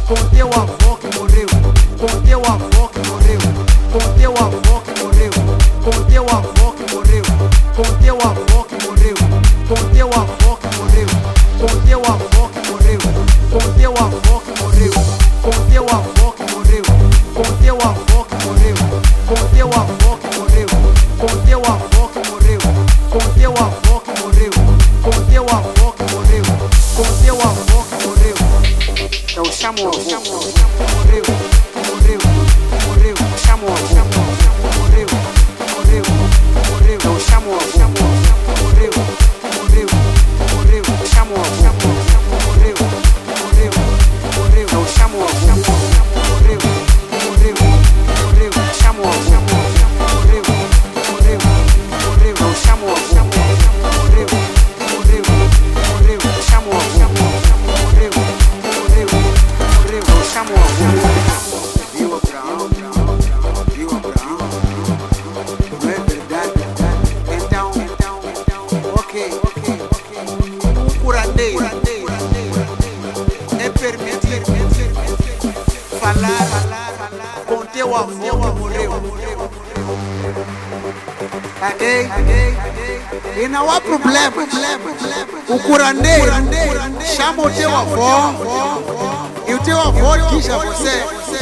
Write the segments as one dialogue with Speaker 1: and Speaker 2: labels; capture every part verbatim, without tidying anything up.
Speaker 1: com teu avô que morreu, com teu avô que morreu, com teu avô que morreu, com teu avô que morreu, com teu avô que morreu, com teu avô que morreu, com teu avô que morreu, com teu avô que morreu, com teu avô que morreu, com teu avô que morreu, com teu avô que morreu, com teu avô que morreu, com teu avô que morreu, com teu avô que morreu, com teu avô que morreu. Eu chamo o avô, morreu, morreu, morreu, chamo o avô, morreu, morreu, morreu, eu chamo o avô, morreu, morreu, morreu, chamo o avô, morreu, morreu, morreu, eu chamo o avô, morreu, morreu, morreu, chamo o avô, morreu, morreu, morreu, eu chamo o avô, morreu, morreu, morreu, chamo o avô, morreu, morreu, morreu, eu chamo o avô. Viu Abraão, viu Abraão, não é verdade? Então, então, então, ok, ok, ok. Um curandeiro é permitir falar com teu avô que morreu. Ok? E não há problema. O curandeiro chama o teu avô e o teu avô diz a você: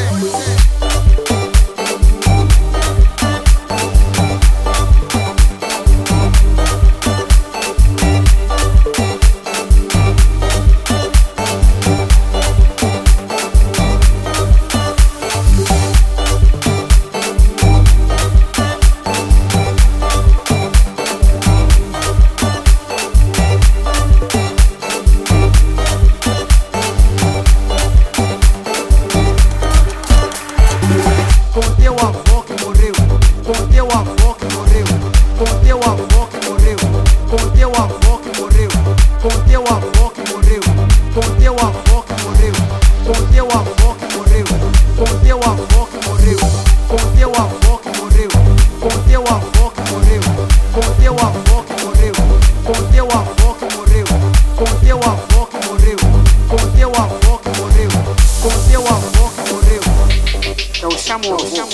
Speaker 1: com teu avô que morreu, com teu avô que morreu, com teu avô que morreu, com teu avô que morreu, com teu avô que morreu, com teu avô que morreu, com teu avô que morreu, com teu avô que morreu, com teu avô que morreu, com teu avô que morreu, com teu avô que morreu, com teu avô que morreu, com teu avô que morreu, com teu avô que morreu, com teu avô que morreu. Eu chamo o avô.